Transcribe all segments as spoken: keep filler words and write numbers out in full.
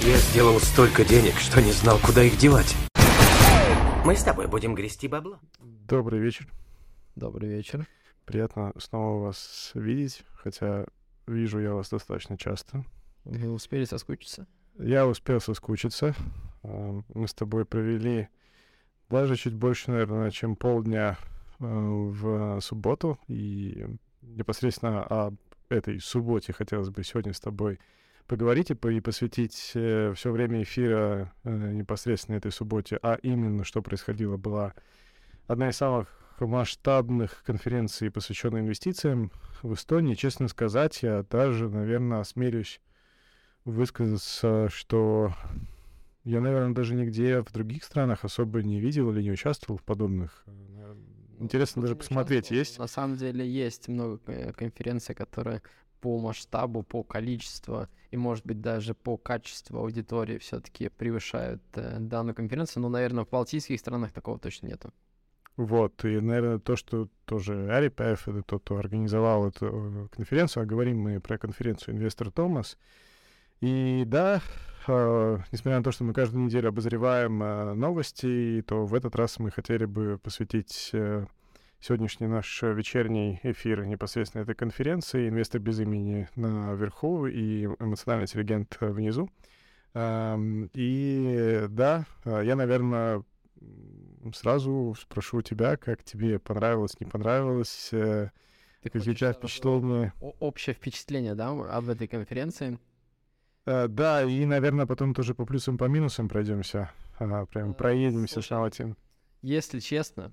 Я сделал столько денег, что не знал, куда их девать. Мы с тобой будем грести бабло. Добрый вечер. Добрый вечер. Приятно снова вас видеть, хотя вижу я вас достаточно часто. Вы успели соскучиться? Я успел соскучиться. Мы с тобой провели даже чуть больше, наверное, чем полдня в субботу. И непосредственно об этой субботе хотелось бы сегодня с тобой поговорить и посвятить все время эфира непосредственно этой субботе, а именно, что происходило, была одна из самых масштабных конференций, посвященных инвестициям в Эстонии. Честно сказать, я даже, наверное, осмелюсь высказаться, что я, наверное, даже нигде в других странах особо не видел или не участвовал в подобных. Интересно даже посмотреть, есть? На самом деле есть много конференций, которые по масштабу, по количеству и, может быть, даже по качеству аудитории все-таки превышают э, данную конференцию. Но, наверное, в балтийских странах такого точно нету. Вот, и, наверное, то, что тоже Арипаев, это тот, кто организовал эту конференцию, а говорим мы про конференцию «Инвестор Томас». И да, э, несмотря на то, что мы каждую неделю обозреваем э, новости, то в этот раз мы хотели бы посвятить э, сегодняшний наш вечерний эфир непосредственно этой конференции «Инвестор без имени» наверху и эмоциональный интеллигент внизу. Э, и да, я, наверное, сразу спрошу тебя, как тебе понравилось, не понравилось, э, какие у тебя впечатления? Общее впечатление, да, об этой конференции? Uh, да, и, наверное, потом тоже по плюсам, по минусам пройдемся, uh, прям uh, проедемся с Налатин. Если честно,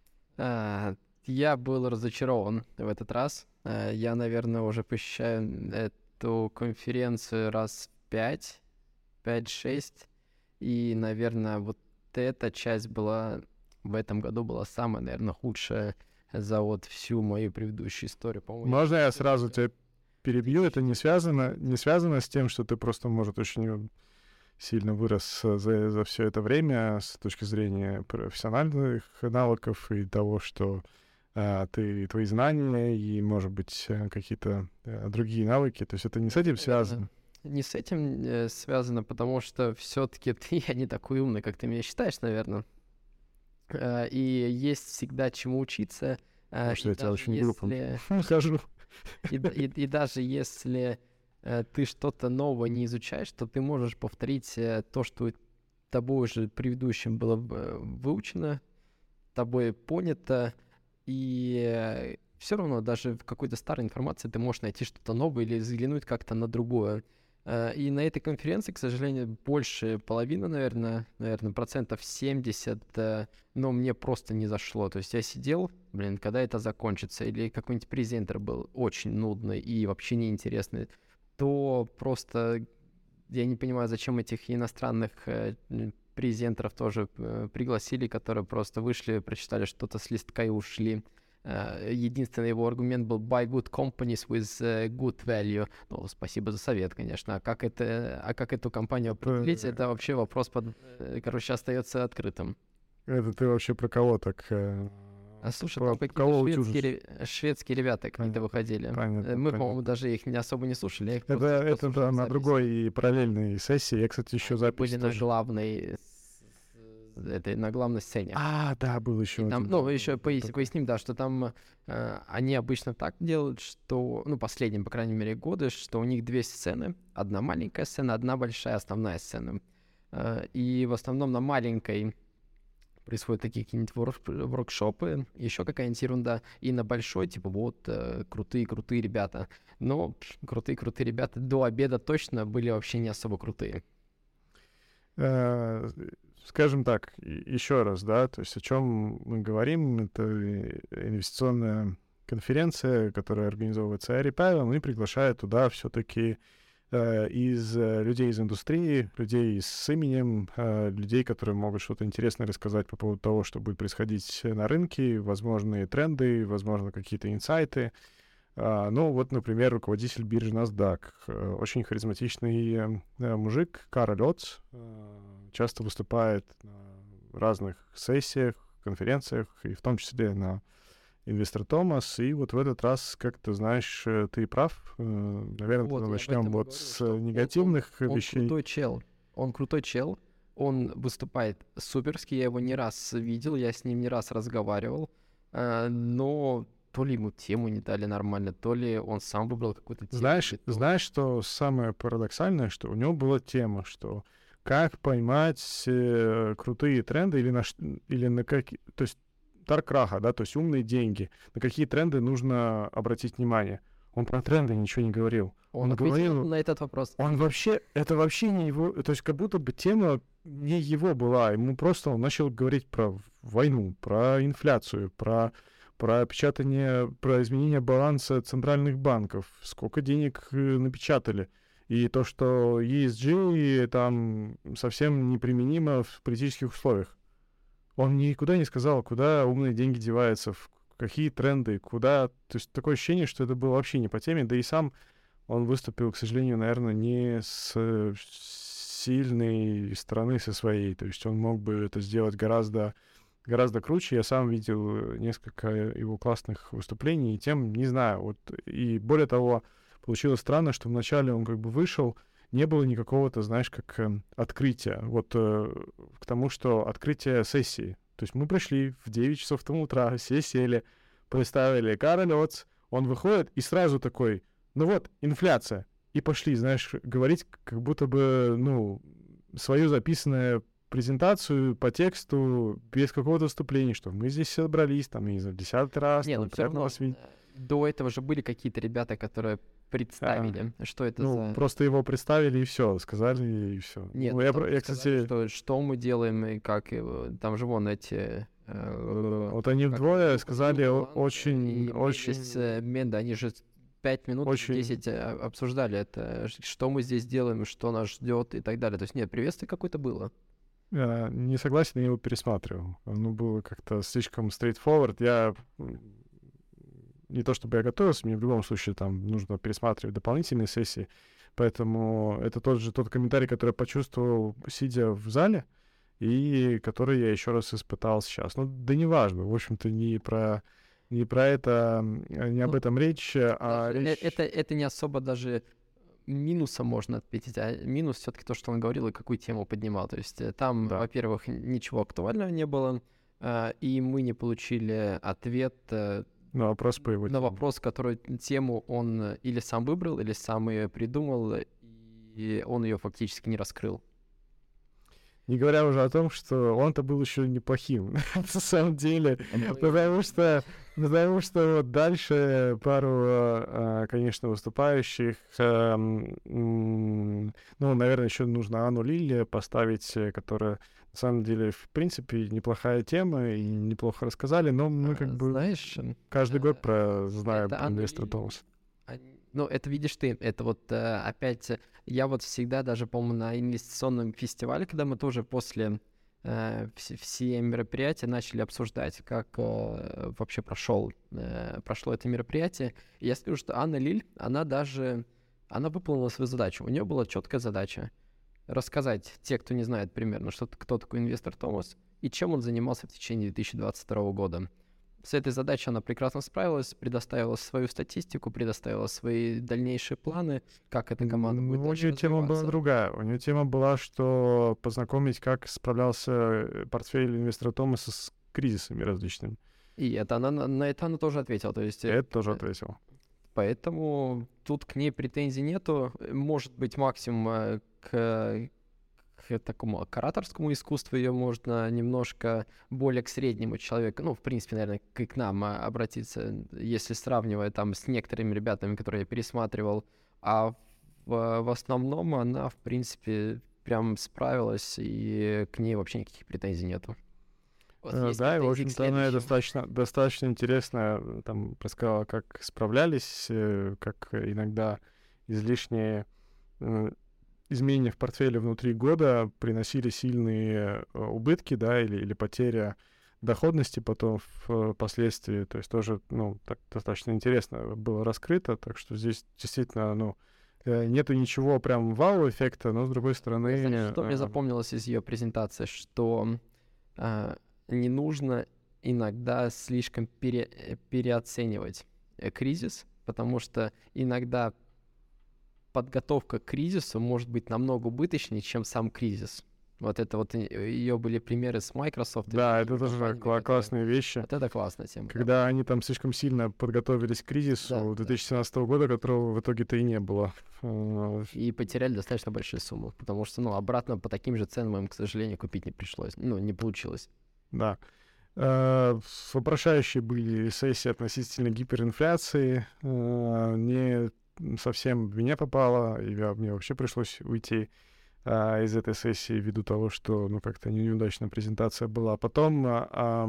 uh, я был разочарован в этот раз. Uh, я, наверное, уже посещаю эту конференцию раз пять, пять-шесть, и, наверное, вот эта часть была в этом году была самая, наверное, худшая за вот всю мою предыдущую историю. По-моему, Можно я сразу тебя перебью? Это не связано, не связано с тем, что ты просто, может, очень сильно вырос за, за все это время с точки зрения профессиональных навыков и того, что а, ты, твои знания и, может быть, какие-то а, другие навыки. То есть это не с этим связано? Не с этим э, связано, потому что все-таки я не такой умный, как ты меня считаешь, наверное. Э, и есть всегда чему учиться. Э, Может, я тебя очень если... глупым хожу. И, и, и даже если э, ты что-то новое не изучаешь, то ты можешь повторить э, то, что тобой уже предыдущим было э, выучено, тобой понято, и э, все равно даже в какой-то старой информации ты можешь найти что-то новое или взглянуть как-то на другое. Э, и на этой конференции, к сожалению, больше половины, наверное, наверное, процентов семьдесят, э, но мне просто не зашло. То есть я сидел, блин, когда это закончится, или какой-нибудь презентер был очень нудный и вообще неинтересный, то просто я не понимаю, зачем этих иностранных э, презентеров тоже э, пригласили, которые просто вышли, прочитали что-то с листка и ушли. Uh, единственный его аргумент был buy good companies with uh, good value. Ну, спасибо за совет, конечно. А как это, а как эту компанию определить, это вообще вопрос, под, короче, остается открытым. Это ты вообще про кого так? Э, а слушай, про, там какие-то шведские, шведские ребята какие-то выходили. Понятно, Мы, понятно. по-моему, даже их не особо не слушали. Это, это да, на другой и параллельной сессии. Я, кстати, еще запись были тоже. на главной это на главной сцене. А, да, был еще. Там, ну, еще пояс- поясним, да, что там э, они обычно так делают, что, ну, последние, по крайней мере, годы, что у них две сцены. Одна маленькая сцена, одна большая основная сцена. Э, и в основном на маленькой происходят такие какие-нибудь вор- воркшопы, еще какая-нибудь ерунда. И на большой, типа, вот, э, крутые-крутые ребята. Но крутые-крутые ребята до обеда точно были вообще не особо крутые. Скажем так, еще раз, да, то есть о чем мы говорим, это инвестиционная конференция, которая организовывается Арипаевым и приглашает туда все-таки э, из э, людей из индустрии, людей с именем, э, людей, которые могут что-то интересное рассказать по поводу того, что будет происходить на рынке, возможные тренды, возможно, какие-то инсайты. Uh, ну, вот, например, руководитель биржи NASDAQ, uh, очень харизматичный uh, мужик, Карл Оц, uh, часто выступает на разных сессиях, конференциях, и в том числе на Инвестор Томас. И вот в этот раз, как ты знаешь, ты прав. Uh, наверное, вот, начнем вот говорю, с негативных он, он, вещей. Он крутой чел. он крутой чел, он выступает суперски, я его не раз видел, я с ним не раз разговаривал, э, но то ли ему тему не дали нормально, то ли он сам выбрал какую-то тему. Знаешь, знаешь, что самое парадоксальное, что у него была тема, что как поймать э, крутые тренды или на, ш- или на какие... То есть Таркраха, да, то есть умные деньги. На какие тренды нужно обратить внимание. Он про тренды ничего не говорил. Он, Он ответил говорил... на этот вопрос. Он вообще... Это вообще не его... То есть как будто бы тема не его была. Ему просто он начал говорить про войну, про инфляцию, про... про печатание, про изменение баланса центральных банков, сколько денег э, напечатали, и то, что и эс джи там совсем неприменимо в политических условиях. Он никуда не сказал, куда умные деньги деваются, в какие тренды, куда... То есть такое ощущение, что это было вообще не по теме, да и сам он выступил, к сожалению, наверное, не с сильной стороны со своей, то есть он мог бы это сделать гораздо гораздо круче. Я сам видел несколько его классных выступлений, и тем, не знаю, вот, и более того, получилось странно, что вначале он как бы вышел, не было никакого-то, знаешь, как э, открытия, вот э, к тому, что открытие сессии. То есть мы пришли в девять часов там утра, все сели, представили Кароль Оц, он выходит и сразу такой, ну вот, инфляция. И пошли, знаешь, говорить как будто бы, ну, свою записанное презентацию по тексту без какого-то вступления, что мы здесь собрались, там, не знаю, десятый раз. Не, там, ну все равно вас вид- до этого же были какие-то ребята, которые представили, что это Ну, за... просто его представили и все, сказали и все. Нет, ну, я, там про- я, сказали, кстати, что, что мы делаем и как, и, э, там же вон эти... э, вот они как вдвое Юг- сказали о- Югланд очень, и очень, Мендес, э, Менда, они же пять минут, очень- десять э, обсуждали это, ш- что мы здесь делаем, что нас ждет и так далее. То есть нет, приветствие какое-то было. э, не согласен, я его пересматривал. Оно было как-то слишком straightforward. Я м, не то чтобы я готовился, мне в любом случае там нужно пересматривать дополнительные сессии. Поэтому это тот же тот комментарий, который я почувствовал, сидя в зале, и который я еще раз испытал сейчас. Ну, да неважно, в общем-то, не про, не про это, м, не об Ну, этом речь, а Даже э- речь... Это, это не особо даже минусом можно отметить, а минус все-таки то, что он говорил и какую тему поднимал. То есть э, там, Да. во-первых, ничего актуального не было, а, и мы не получили ответ э, На вопрос по его на теме. вопрос, который тему он э, или сам выбрал, или сам ее придумал, и он ее фактически не раскрыл. Не говоря уже о том, что он-то был еще неплохим, на самом деле. Потому что, потому что вот дальше пару, а, конечно, выступающих, эм, м, ну, наверное, еще нужно Анну Лиль поставить, э, которая, на самом деле, в принципе, неплохая тема, и неплохо рассказали, но мы как А, бы Знаешь, м, каждый э, год про знаем это про Анну инвестора Лиль. Томаса. Ань- Ну, это видишь ты, это вот э, опять, э, я вот всегда даже, по-моему, на инвестиционном фестивале, когда мы тоже после э, все, все мероприятия начали обсуждать, как э, вообще прошел, э, прошло это мероприятие, и я скажу, что Анна Лиль, она даже, она выполнила свою задачу, у нее была четкая задача рассказать те, кто не знает примерно, что, т- кто такой инвестор Томас и чем он занимался в течение две тысячи двадцать второго года. С этой задачей она прекрасно справилась, предоставила свою статистику, предоставила свои дальнейшие планы, как эта команда будет Ну, у дальше нее тема была развиваться. другая. У нее тема была, что познакомить, как справлялся э, портфель инвестора Томаса с кризисами различными. И это она, на на это она тоже ответила. То есть, Я э, это тоже э, ответил. поэтому тут к ней претензий нету. Э, Может быть, максимум э, к, к такому к ораторскому искусству ее можно немножко более к среднему человеку, ну, в принципе, наверное, к, и к нам а, обратиться, если сравнивая там с некоторыми ребятами, которые я пересматривал. А в, в основном она, в принципе, прям справилась, и к ней вообще никаких претензий нету. Вот Э, есть Да, и, в претензии к общем-то, она следующим. достаточно, достаточно интересно э, там рассказала, как справлялись, э, как иногда излишние э, изменения в портфеле внутри года приносили сильные э, убытки, да, или, или потеря доходности потом впоследствии. То есть тоже, ну, так достаточно интересно было раскрыто, так что здесь действительно, ну, э, нету ничего прям вау-эффекта, но, с другой стороны... Знаешь, что мне э, запомнилось из ее презентации, что а, не нужно иногда слишком пере- э, переоценивать э, кризис, потому что иногда подготовка к кризису может быть намного убыточнее, чем сам кризис. Вот это вот ее были примеры с Microsoft. Да, это тоже кла- классные вещи. Вот это классная тема. Когда да. они там слишком сильно подготовились к кризису Да, две тысячи семнадцатого года, которого в итоге-то и не было. И потеряли достаточно большие суммы, потому что, ну, обратно по таким же ценам им, к сожалению, купить не пришлось. Ну, не получилось. Да. Вопрошающие были сессии относительно гиперинфляции. Не совсем в меня попало, и мне вообще пришлось уйти а, из этой сессии ввиду того, что, ну, как-то неудачная презентация была. Потом а,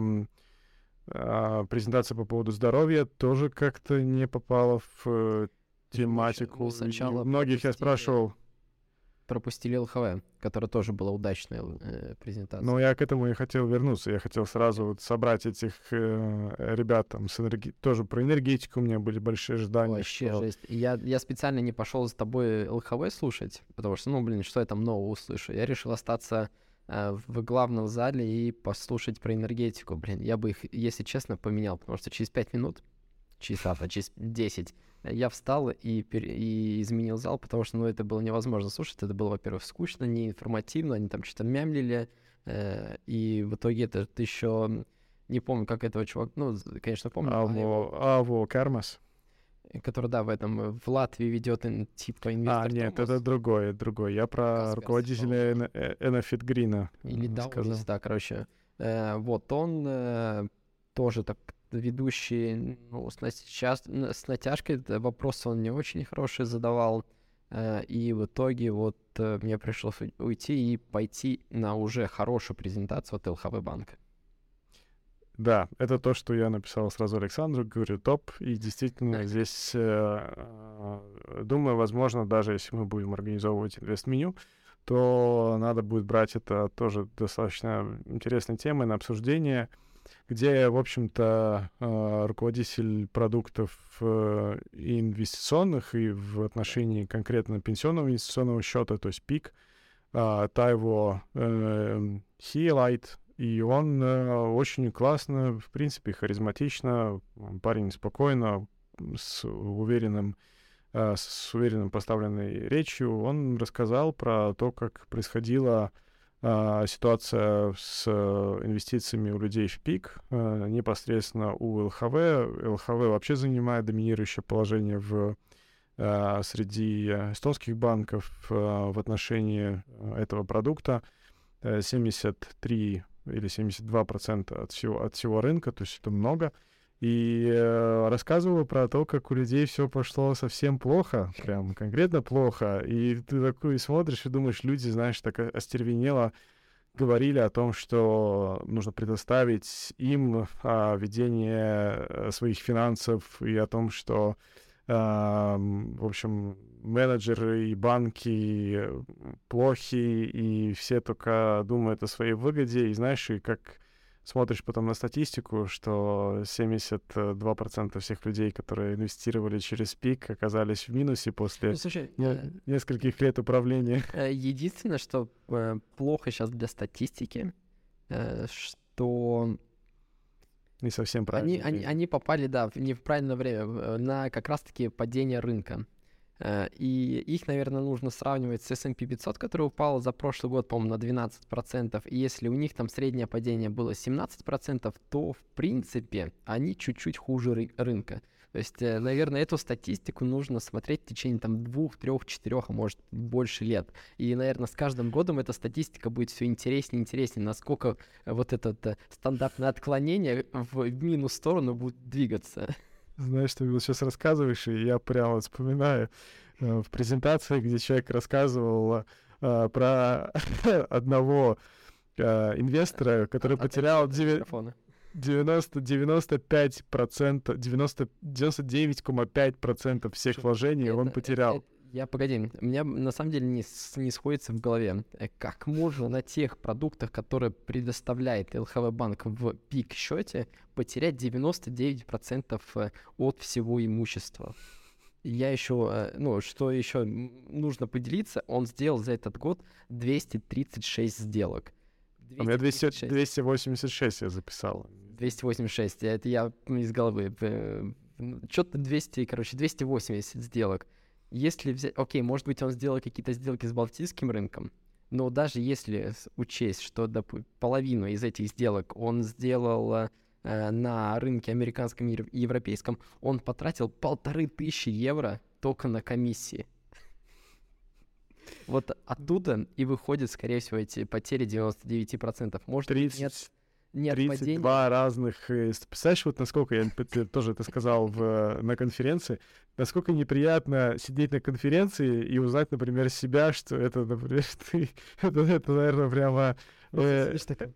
а, презентация по поводу здоровья тоже как-то не попала в тематику. Сначала многих я спрашивал... Пропустили эл эйч ви, которая тоже была удачной э, презентацией. Ну, я к этому и хотел вернуться. Я хотел сразу вот собрать этих э, ребят там с энерги... тоже про энергетику у меня были большие ожидания. Вообще что... жесть. Я, я специально не пошел за тобой эл эйч ви слушать, потому что, ну, блин, что я там нового услышу? Я решил остаться э, в главном зале и послушать про энергетику. Блин, я бы их, если честно, поменял, потому что через пять минут, через, а, через десять, я встал и, пер... и изменил зал, потому что, ну, это было невозможно слушать. Это было, во-первых, скучно, неинформативно, они там что-то мямлили, э, и в итоге это ты еще не помню, как этого чувака, ну, конечно, помню. Аво, его... Аво Кармас. Который, да, в этом, в Латвии ведет ин, типа инвестор. А, нет, Томас. это другое, другое. Я про Каспер руководителя Энофит Грина. Или Даунис, да, короче. Э, вот, он э, тоже так ведущий, ну, с, сейчас, с натяжкой вопросы он не очень хорошие задавал, э, и в итоге вот э, мне пришлось уйти и пойти на уже хорошую презентацию от эл эйч ви банка. Да, это то, что я написал сразу Александру, говорю, топ, и действительно здесь, э, думаю, возможно, даже если мы будем организовывать инвест-меню, то надо будет брать это тоже достаточно интересной темой на обсуждение, где, в общем-то, руководитель продуктов инвестиционных и в отношении конкретно пенсионного инвестиционного счета, то есть пик, Тайво Хилайт, и он очень классно, в принципе, харизматично, парень спокойно, с уверенным, с уверенным поставленной речью, он рассказал про то, как происходила ситуация с инвестициями у людей в пик, непосредственно у эл эйч ви. эл эйч ви вообще занимает доминирующее положение в, среди эстонских банков в отношении этого продукта. семьдесят три или семьдесят два процента от всего, от всего рынка, то есть это много. И э, рассказывала про то, как у людей все пошло совсем плохо, прям конкретно плохо. И ты такой смотришь и думаешь, люди, знаешь, так остервенело говорили о том, что нужно предоставить им а, ведение своих финансов и о том, что, а, в общем, менеджеры и банки плохи, и все только думают о своей выгоде. И знаешь, и как... Смотришь потом на статистику, что семьдесят два процента всех людей, которые инвестировали через пик, оказались в минусе после ну, слушай, не- э, нескольких лет управления. Единственное, что э, плохо сейчас для статистики, э, что Не совсем правильно. они, они, они попали, да, в- не в правильное время, в- на как раз-таки падение рынка. Э, И их, наверное, нужно сравнивать с эс энд пи пятьсот, который упал за прошлый год, по-моему, на двенадцать процентов. И если у них там среднее падение было семнадцать процентов, то, в принципе, они чуть-чуть хуже ры- рынка. То есть, э, наверное, эту статистику нужно смотреть в течение там двух, трех, четырех, а может больше лет. И, наверное, с каждым годом эта статистика будет все интереснее и интереснее, насколько э, вот это э, стандартное отклонение в минус сторону будет двигаться. Знаешь, ты вот сейчас рассказываешь, и я прямо вот вспоминаю э, в презентации, где человек рассказывал э, про одного э, инвестора, который Отойди потерял от деви- микрофона. девяносто, девяносто пять процентов, девяносто, девяносто девять целых пять десятых процента всех Слушай, вложений он Это- потерял. это- Я, погоди, у меня на самом деле не, с- не сходится в голове, э, как можно на тех продуктах, которые предоставляет эл эйч ви банк в пик-счете, потерять девяносто девять процентов э, от всего имущества. Я еще, э, ну, что еще м, нужно поделиться, он сделал за этот год двести тридцать шесть сделок. У меня двести, двести тридцать шесть. двести восемьдесят шесть я записал. двести восемьдесят шесть, это я из головы. Что-то двести, короче, двести восемьдесят сделок. если взять... Окей, может быть, он сделал какие-то сделки с балтийским рынком, но даже если учесть, что допу- половину из этих сделок он сделал э, на рынке американском и европейском, он потратил полторы тысячи евро только на комиссии. Вот оттуда и выходят, скорее всего, эти потери девяносто девять процентов. Может, тридцать, нет, нет тридцать два разных... Представляешь, вот насколько, я ты тоже это сказал в, на конференции, насколько неприятно сидеть на конференции и узнать, например, себя, что это, например, ты... Это, это наверное, прямо... Э,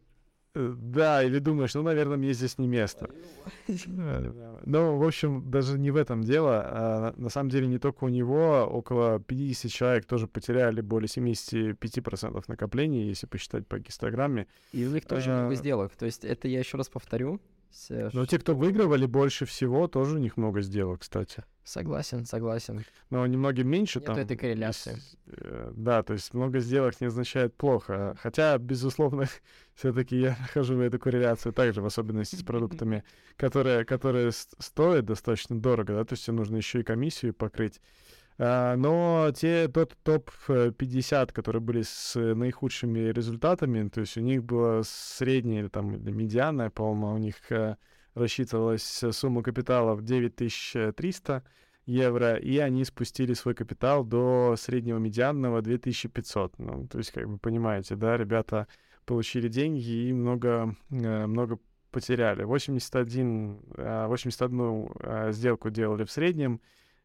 да, или думаешь, ну, наверное, мне здесь не место. Ну, в общем, даже не в этом дело. А, на самом деле, не только у него, около пятьдесят человек тоже потеряли более семьдесят пять процентов накоплений, если посчитать по гистограмме. И у них тоже а, много сделок. То есть это я еще раз повторю. Но те, кто выигрывали больше всего, тоже у них много сделок, кстати. Согласен, согласен. Но немногим меньше Нету там. этой корреляции. Есть, э, да, то есть много сделок не означает плохо. Хотя, безусловно, все-таки я нахожу эту корреляцию также, в особенности с продуктами, которые, которые стоят достаточно дорого, да, то есть им нужно еще и комиссию покрыть. А, но те, тот топ пятьдесят, которые были с наихудшими результатами, то есть у них было среднее или там или медианное, по-моему, у них а, рассчитывалась сумма капитала в девять тысяч триста евро, и они спустили свой капитал до среднего медианного две тысячи пятьсот. Ну, то есть, как вы понимаете, да, ребята получили деньги и много, много потеряли. восемьдесят один, восемьдесят одну сделку делали в среднем,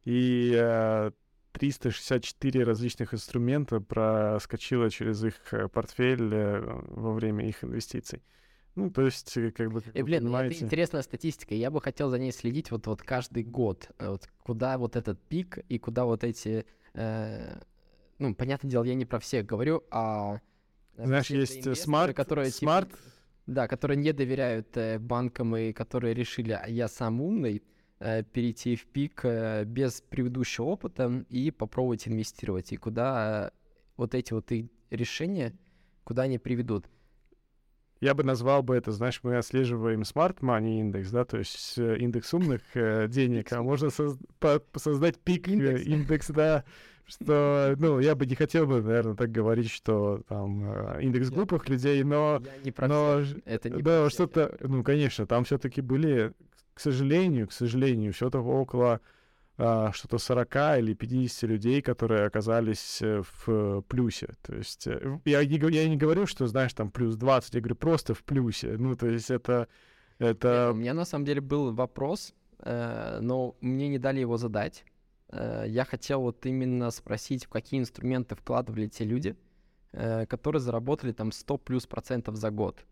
и триста шестьдесят четыре различных инструмента проскочило через их портфель во время их инвестиций. Ну, то есть, как бы, как и, блин, понимаете... это интересная статистика. Я бы хотел за ней следить вот, вот каждый год. Вот, куда вот этот пик и куда вот эти... Э, ну, понятное дело, я не про всех говорю, а... Знаешь, есть смарт, которые, смарт... Типа, да, которые не доверяют э, банкам и которые решили, а я сам умный, э, перейти в пик э, без предыдущего опыта и попробовать инвестировать. И куда э, вот эти вот их решения, куда они приведут. Я бы назвал бы это, знаешь, мы отслеживаем Smart Money индекс, да, то есть индекс умных э, денег, а можно соз- по- создать пик индекс. индекс, да, что, ну, я бы не хотел бы, наверное, так говорить, что там э, индекс я, глупых людей, но... Я не про но всех. Это не да, что-то, ну, конечно, там все-таки были, к сожалению, к сожалению, все-таки около... что-то сорок или пятьдесят людей, которые оказались в плюсе. То есть я не, я не говорю, что, знаешь, там плюс двадцать, я говорю просто в плюсе. Ну, то есть это... это... Нет, у меня на самом деле был вопрос, э, но мне не дали его задать. Э, я хотел вот именно спросить, в какие инструменты вкладывали те люди, э, которые заработали там сто плюс процентов за год.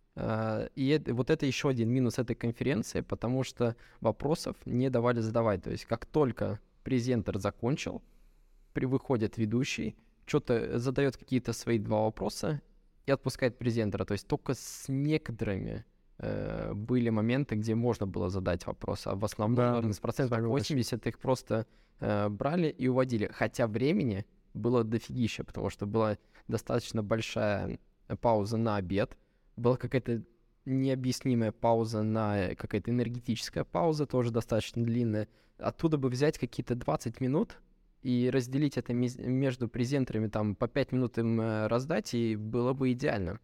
И это, вот это еще один минус этой конференции, потому что вопросов не давали задавать. То есть как только презентер закончил, при, выходит ведущий, что-то задает какие-то свои два вопроса и отпускает презентера. То есть только с некоторыми э, были моменты, где можно было задать вопрос, а в основном да, с процентов восемьдесят их просто э, брали и уводили. Хотя времени было дофигища, потому что была достаточно большая пауза на обед, была какая-то необъяснимая пауза на какая-то энергетическая пауза, тоже достаточно длинная. Оттуда бы взять какие-то двадцать минут и разделить это между презентерами, там по пять минут им раздать, и было бы идеально.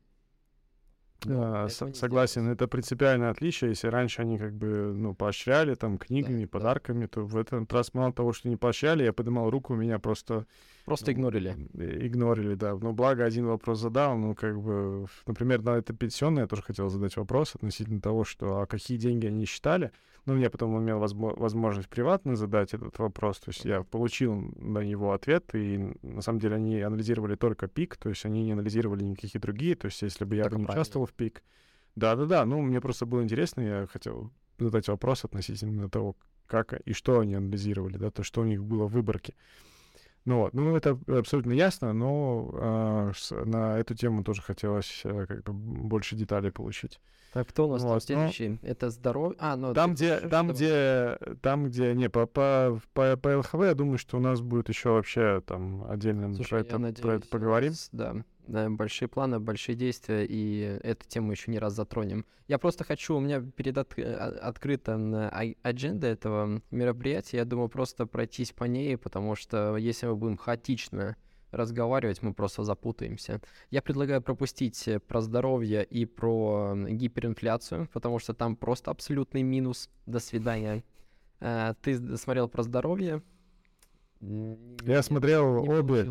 Да, с- согласен, это принципиальное отличие. Если раньше они как бы, ну, поощряли там книгами, да, подарками, да. то в этот раз мало того, что не поощряли, я поднимал руку, меня просто... Просто игнорили. Игнорили, да. Но благо один вопрос задал, ну, как бы, например, на это пенсионное я тоже хотел задать вопрос относительно того, что, а какие деньги они считали. Но я потом имел возможно, возможность приватно задать этот вопрос, то есть я получил на него ответ, и на самом деле они анализировали только пик, то есть они не анализировали никакие другие, то есть если бы я бы не участвовал в пик... Да-да-да, ну, мне просто было интересно, я хотел задать вопрос относительно того, как и что они анализировали, да, то, что у них было в выборке. Ну вот, ну это абсолютно ясно, но а, на эту тему тоже хотелось а, как бы больше деталей получить. Так, кто у нас вот, там следующий? Но... Это здоровье? А, ну... Там, где, там, что... где, там, где, не, по, по, по, по ЛХВ, я думаю, что у нас будет еще вообще там отдельно Слушай, про, это, надеюсь, про это поговорим. Нас, да, э, большие планы, большие действия, и эту тему еще не раз затронем. Я просто хочу, у меня перед от, открыта адженда этого мероприятия, я думаю просто пройтись по ней, потому что если мы будем хаотично разговаривать, мы просто запутаемся. Я предлагаю пропустить про здоровье и про гиперинфляцию, потому что там просто абсолютный минус. До свидания. Uh, ты смотрел про здоровье? Я Нет, смотрел не обе.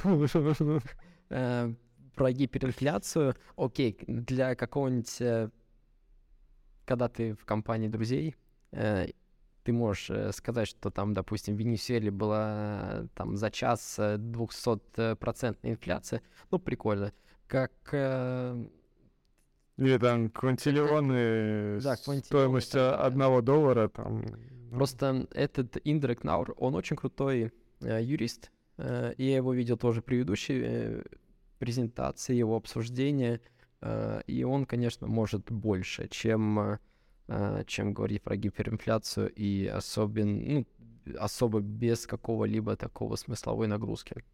uh, про гиперинфляцию. Окей, для какого-нибудь... Когда ты в компании друзей, uh, ты можешь сказать, что там, допустим, в Венесуэле была там за час двухсотпроцентная инфляция. Ну, прикольно. Как... Uh, Или там квантиллионы, да, стоимость одного доллара. Там. Просто этот Индрек Наур, он очень крутой э, юрист. Э, и я его видел тоже в предыдущей э, презентации, его обсуждения. Э, и он, конечно, может больше, чем, э, чем говорить про гиперинфляцию и особен, ну, особо без какого-либо такого смысловой нагрузки.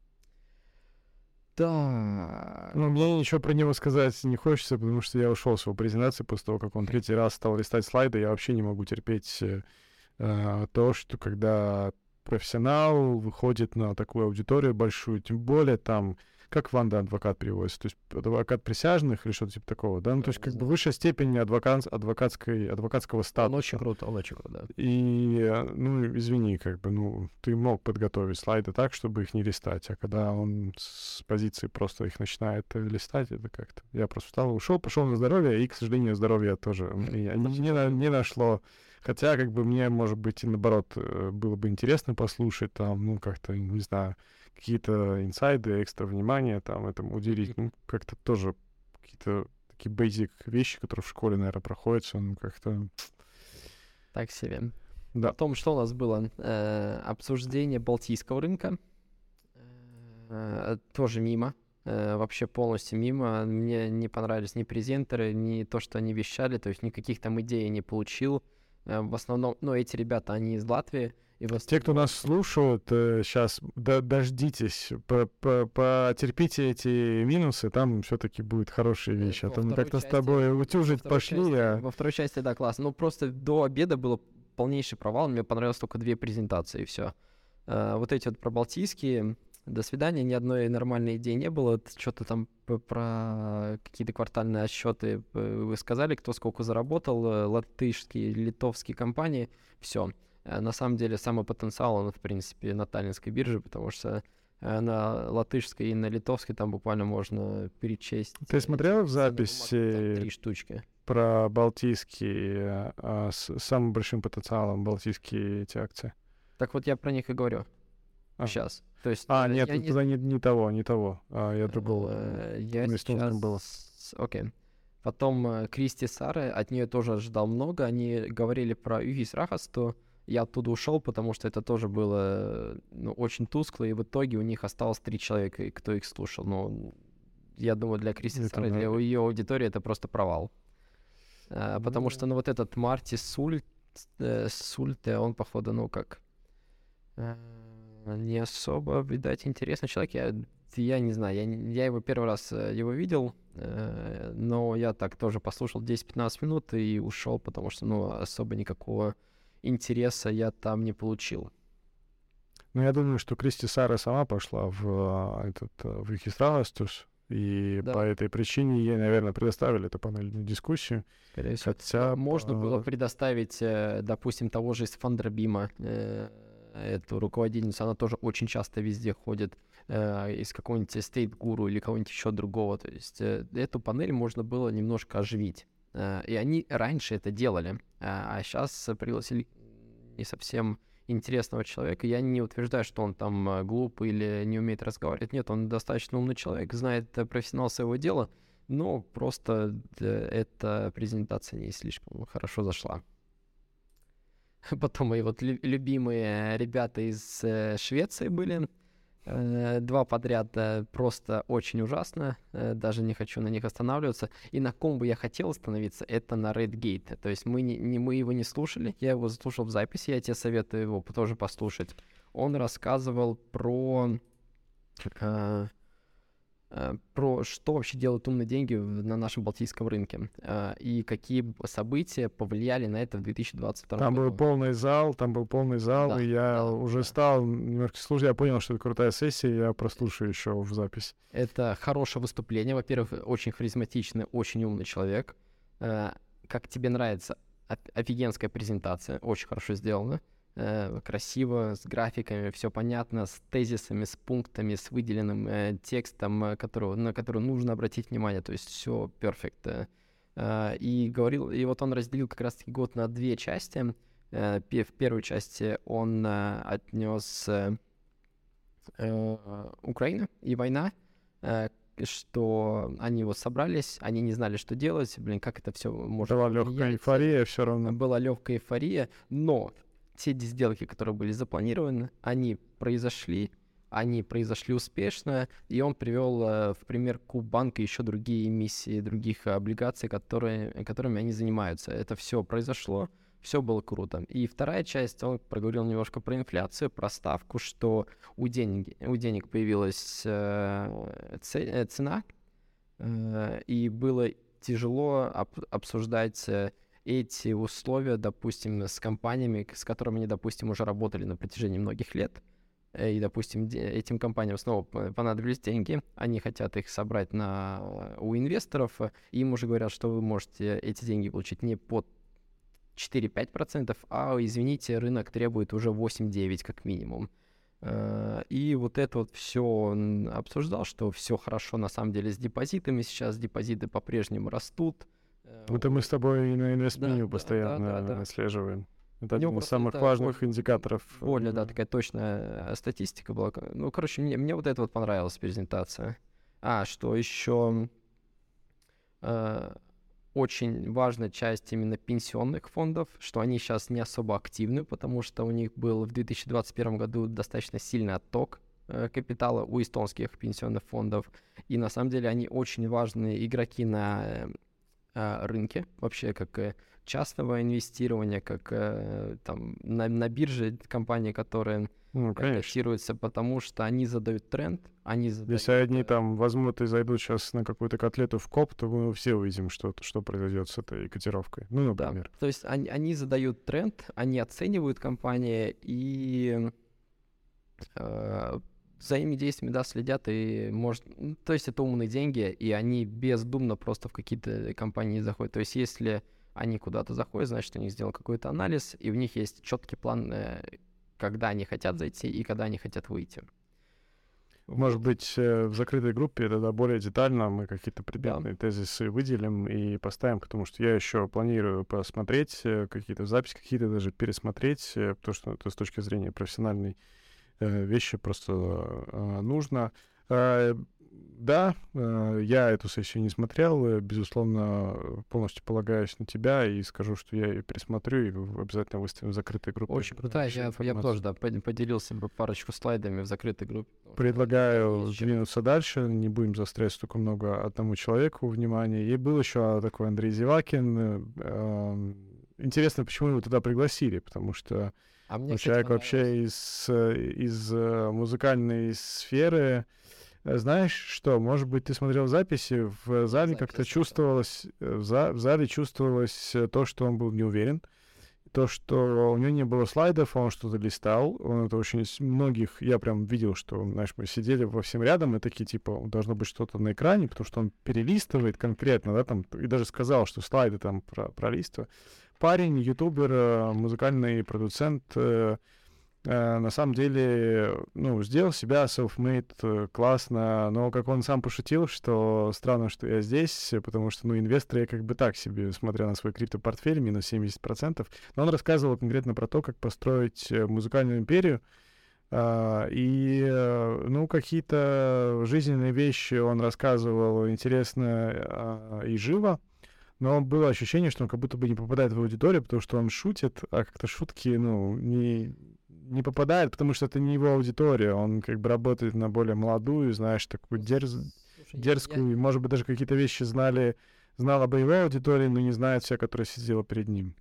Да. Ну, мне ничего про него сказать не хочется, потому что я ушел с его презентации после того, как он третий раз стал листать слайды. Я вообще не могу терпеть э, то, что когда профессионал выходит на такую аудиторию большую, тем более там, как Ванда адвокат переводится, то есть адвокат присяжных или что-то типа такого, да, ну, то есть как бы высшая степень адвокат, адвокатской, адвокатского статуса. Он очень круто, он очень круто, да. И, ну, извини, как бы, ну, ты мог подготовить слайды так, чтобы их не листать, а когда он с позиции просто их начинает листать, это как-то... Я просто встал, ушел, пошел на здоровье, и, к сожалению, здоровье тоже не, не, не нашло. Хотя, как бы, мне, может быть, и наоборот, было бы интересно послушать, там, ну, как-то, не знаю, какие-то инсайды, экстра внимания там этому уделить, ну, как-то тоже какие-то такие basic вещи, которые в школе, наверное, проходятся, ну, как-то... Так себе. Да. Потом, что у нас было? Э, обсуждение балтийского рынка. Э, тоже мимо. Э, вообще полностью мимо. Мне не понравились ни презентеры, ни то, что они вещали, то есть никаких там идей я не получил. Э, в основном, ну, эти ребята, они из Латвии. И в основном... Те, кто нас слушают, э, сейчас до, дождитесь, по, по, потерпите эти минусы, там все-таки будут хорошие вещи. А то мы как-то с тобой утюжить пошли. Части, а... Во второй части, да, классно. Ну, просто до обеда было полнейший провал. Мне понравилось только две презентации, и все. Uh, вот эти вот про балтийские, до свидания, ни одной нормальной идеи не было. Что-то там про какие-то квартальные отсчеты вы сказали, кто сколько заработал, латышские, литовские компании, все. На самом деле самый потенциал, он, в принципе, на таллинской бирже, потому что на латышской и на литовской там буквально можно перечесть. Ты смотрел в записи три штучки про балтийские, а, с самым большим потенциалом балтийские эти акции? Так вот я про них и говорю. А. Сейчас. То есть, а, нет, я туда не... Не, не того, не того. А, я другого. Я ну, сейчас... было. Окей. Потом Кристи Сары, от нее тоже ожидал много. Они говорили про Югис Рахас, то я оттуда ушел, потому что это тоже было, ну, очень тускло, и в итоге у них осталось три человека, и кто их слушал. Ну, я думаю, для Кристи Сары, для ее аудитории это просто провал. А, mm-hmm. Потому что, ну, вот этот Марти Сульт, э, Сульте, он, походу, ну, как... Э, не особо, видать, интересный человек. Я, я не знаю, я, я его первый раз э, его видел, э, но я так тоже послушал десять-пятнадцать минут и ушел, потому что, ну, особо никакого интереса я там не получил. Ну, я думаю, что Кристи Сара сама пошла в этот в Югис, и да. По этой причине ей, наверное, предоставили эту панельную дискуссию. Скорее всего. Хотя можно по... было предоставить, допустим, того же из Фандербима, эту руководительницу, она тоже очень часто везде ходит, э, из какого-нибудь State Guru или кого-нибудь еще другого. То есть э, эту панель можно было немножко оживить. Э, и они раньше это делали, э, а сейчас пригласили не совсем интересного человека. Я не утверждаю, что он там э, глуп или не умеет разговаривать. Нет, он достаточно умный человек, знает э, профессионал своего дела, но просто э, эта презентация не слишком хорошо зашла. Потом мои вот любимые ребята из э, Швеции были. Э, два подряд э, просто очень ужасно. Э, даже не хочу на них останавливаться. И на ком бы я хотел остановиться, это на Redgate. То есть мы, не, не, мы его не слушали. Я его слушал в записи. Я тебе советую его тоже послушать. Он рассказывал про... Э, про что вообще делают умные деньги на нашем балтийском рынке и какие события повлияли на это в две тысячи двадцать втором там году. Там был полный зал, там был полный зал, да, и я да, уже да. стал немножко слушать, я понял, что это крутая сессия, я прослушаю еще в запись. Это хорошее выступление, во-первых, очень харизматичный, очень умный человек. Как тебе нравится, офигенская презентация, очень хорошо сделана. Красиво, с графиками, все понятно, с тезисами, с пунктами, с выделенным э, текстом, которого, на который нужно обратить внимание, то есть все перфект. Э, и говорил, и вот он разделил как раз-таки год на две части. Э, в первой части он э, отнес э, э, Украину и война, э, что они вот собрались, они не знали, что делать, блин, как это все может Была легкая эйфория все равно. Была легкая эйфория, но те сделки, которые были запланированы, они произошли, они произошли успешно, и он привел э, в пример Кубанка еще другие эмиссии, других облигаций, которые, которыми они занимаются. Это все произошло, все было круто. И вторая часть, он проговорил немножко про инфляцию, про ставку, что у денег, у денег появилась э, цена, э, и было тяжело об, обсуждать эти условия, допустим, с компаниями, с которыми они, допустим, уже работали на протяжении многих лет, и, допустим, этим компаниям снова понадобились деньги, они хотят их собрать на, у инвесторов, и им уже говорят, что вы можете эти деньги получить не под четыре-пять процентов, а, извините, рынок требует уже восемь-девять как минимум. И вот это вот все он обсуждал, что все хорошо на самом деле с депозитами, сейчас депозиты по-прежнему растут. Это мы с тобой и на инвестменю да, постоянно да, да, да. отслеживаем. Это один из просто самых это важных более, индикаторов. Более, да, такая точная статистика была. Ну, короче, мне, мне вот это вот понравилась презентация. А, что еще э, очень важная часть именно пенсионных фондов, что они сейчас не особо активны, потому что у них был в две тысячи двадцать первом году достаточно сильный отток э, капитала у эстонских пенсионных фондов. И на самом деле они очень важные игроки на э, рынке, вообще как э, частного инвестирования, как э, там на, на бирже компании, которые ну, котируются, потому что они задают тренд, они задают... Если одни там возьмут и зайдут сейчас на какую-то котлету в коп, то мы все увидим, что, что произойдет с этой котировкой. Ну, например. Да. То есть они, они задают тренд, они оценивают компании и э, за ими действиями, да, следят, и может... То есть это умные деньги, и они бездумно просто в какие-то компании заходят. То есть если они куда-то заходят, значит, у них сделал какой-то анализ, и у них есть четкий план, когда они хотят зайти и когда они хотят выйти. Может вот. быть, в закрытой группе тогда более детально мы какие-то предметные да. тезисы выделим и поставим, потому что я еще планирую посмотреть какие-то записи, какие-то даже пересмотреть, потому что это с точки зрения профессиональной вещи просто нужно. Да, я эту сессию не смотрел, безусловно, полностью полагаюсь на тебя и скажу, что я ее пересмотрю и обязательно выставим в закрытой группе. Очень крутая, я, я тоже, да, поделился бы парочку слайдами в закрытой группе. Предлагаю двинуться дальше, не будем заострять столько много одному человеку внимания. И был еще такой Андрей Зевакин. Интересно, почему его туда пригласили, потому что а мне, человек вообще из, из музыкальной сферы... Знаешь что, может быть, ты смотрел записи, в зале как-то чувствовалось, в, за, в зале чувствовалось то, что он был не уверен, то, что у него не было слайдов, он что-то листал, он это очень многих, я прям видел, что, знаешь, мы сидели во всем рядом, и такие, типа, должно быть что-то на экране, потому что он перелистывает конкретно, да, там, и даже сказал, что слайды там про, пролистывают. Парень, ютубер, музыкальный продуцент, Uh, на самом деле, ну, сделал себя self-made uh, классно, но как он сам пошутил, что странно, что я здесь, потому что, ну, инвесторы я как бы так себе, смотря на свой криптопортфель, минус семьдесят процентов, но он рассказывал конкретно про то, как построить музыкальную империю, uh, и, uh, ну, какие-то жизненные вещи он рассказывал интересно uh, и живо, но было ощущение, что он как будто бы не попадает в аудиторию, потому что он шутит, а как-то шутки, ну, не... не попадает, потому что это не его аудитория, он как бы работает на более молодую, знаешь, такую дерз... Слушай, дерзкую, я... и, может быть, даже какие-то вещи знали, знала боевая аудитория, но не знает вся, которая сидела перед ним.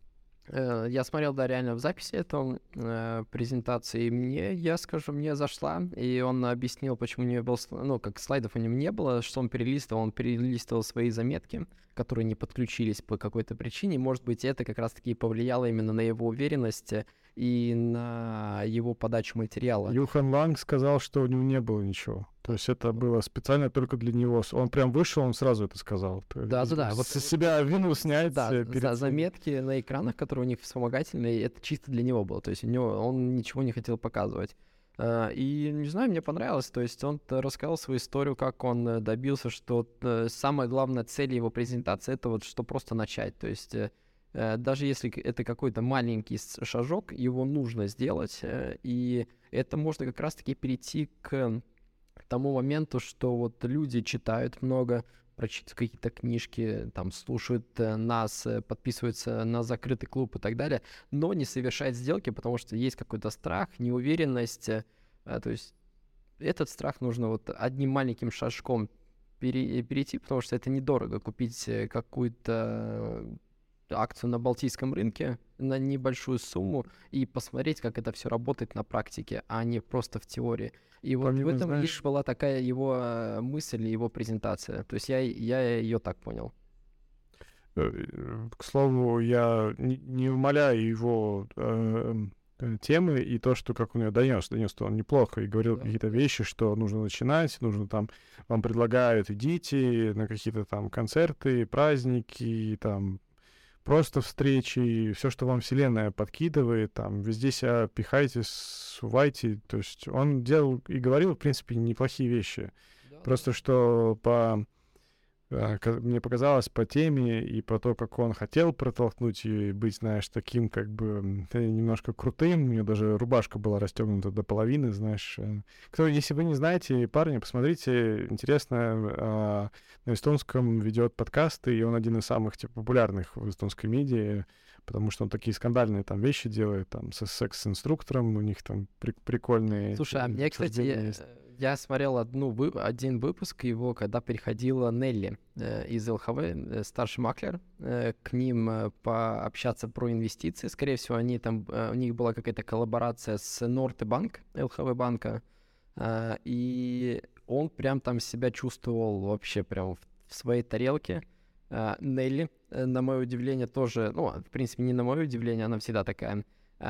Э, Я смотрел, да, реально в записи эту э, презентации, и мне, я скажу, мне зашла, и он объяснил, почему у него был, сл- ну, как слайдов у него не было, что он перелистывал, он перелистывал свои заметки, которые не подключились по какой-то причине, может быть, это как раз-таки повлияло именно на его уверенность э, и на его подачу материала. Юхан Ланг сказал, что у него не было ничего. То есть это было специально только для него. Он прям вышел, он сразу это сказал. Да-да-да, вот- С себя вину снять. Да, э, за- перед всеми. заметки на экранах, которые у них вспомогательные, это чисто для него было. То есть у него он ничего не хотел показывать. А, И, не знаю, мне понравилось. То есть он т- рассказал свою историю, как он э, добился, что э, самая главная цель его презентации — это вот что просто начать. То есть э, э, даже если к- это какой-то маленький с- шажок, его нужно сделать. э, И это можно как раз-таки перейти к тому моменту, что вот люди читают много, прочитывают какие-то книжки, там, слушают э, нас, э, подписываются на закрытый клуб и так далее, но не совершают сделки, потому что есть какой-то страх, неуверенность. э, а, То есть этот страх нужно вот одним маленьким шажком пере- перейти, потому что это недорого купить э, какую-то акцию на Балтийском рынке на небольшую сумму и посмотреть, как это все работает на практике, а не просто в теории. И вот Помимо, в этом знаешь- лишь была такая его э, мысль, его презентация. То есть я, я ее так понял. Э, К слову, я не, не умаляю его э, э, темы и то, что как он ее донес. Донес-то он неплохо и говорил Да. какие-то вещи, что нужно начинать, нужно там, вам предлагают, идите на какие-то там концерты, праздники, там просто встречи, все, что вам вселенная подкидывает, там везде себя пихайте, сувайте. То есть он делал и говорил, в принципе, неплохие вещи. Просто что по а, ка- мне показалось по теме и по то, как он хотел протолкнуть ее и быть, знаешь, таким как бы м, э, немножко крутым. У него даже рубашка была расстегнута до половины, знаешь. э. Кто, если вы не знаете, парни, посмотрите, интересно, а, на эстонском ведет подкасты, и он один из самых типа, популярных в эстонской медиа, потому что он такие скандальные там вещи делает, там, со секс-инструктором, у них там при- прикольные Слушай, а эти мне, кстати, обсуждения я, есть. я смотрел одну, вы- один выпуск его, когда приходила Нелли э, из эл ха вэ, э, старший маклер, э, к ним э, пообщаться про инвестиции. Скорее всего, они там, э, у них была какая-то коллаборация с Норте Банк, эл ха вэ банка, э, и он прям там себя чувствовал вообще прям в, в своей тарелке. Э, Нелли, э, на мое удивление, тоже, ну, в принципе, не на мое удивление, она всегда такая,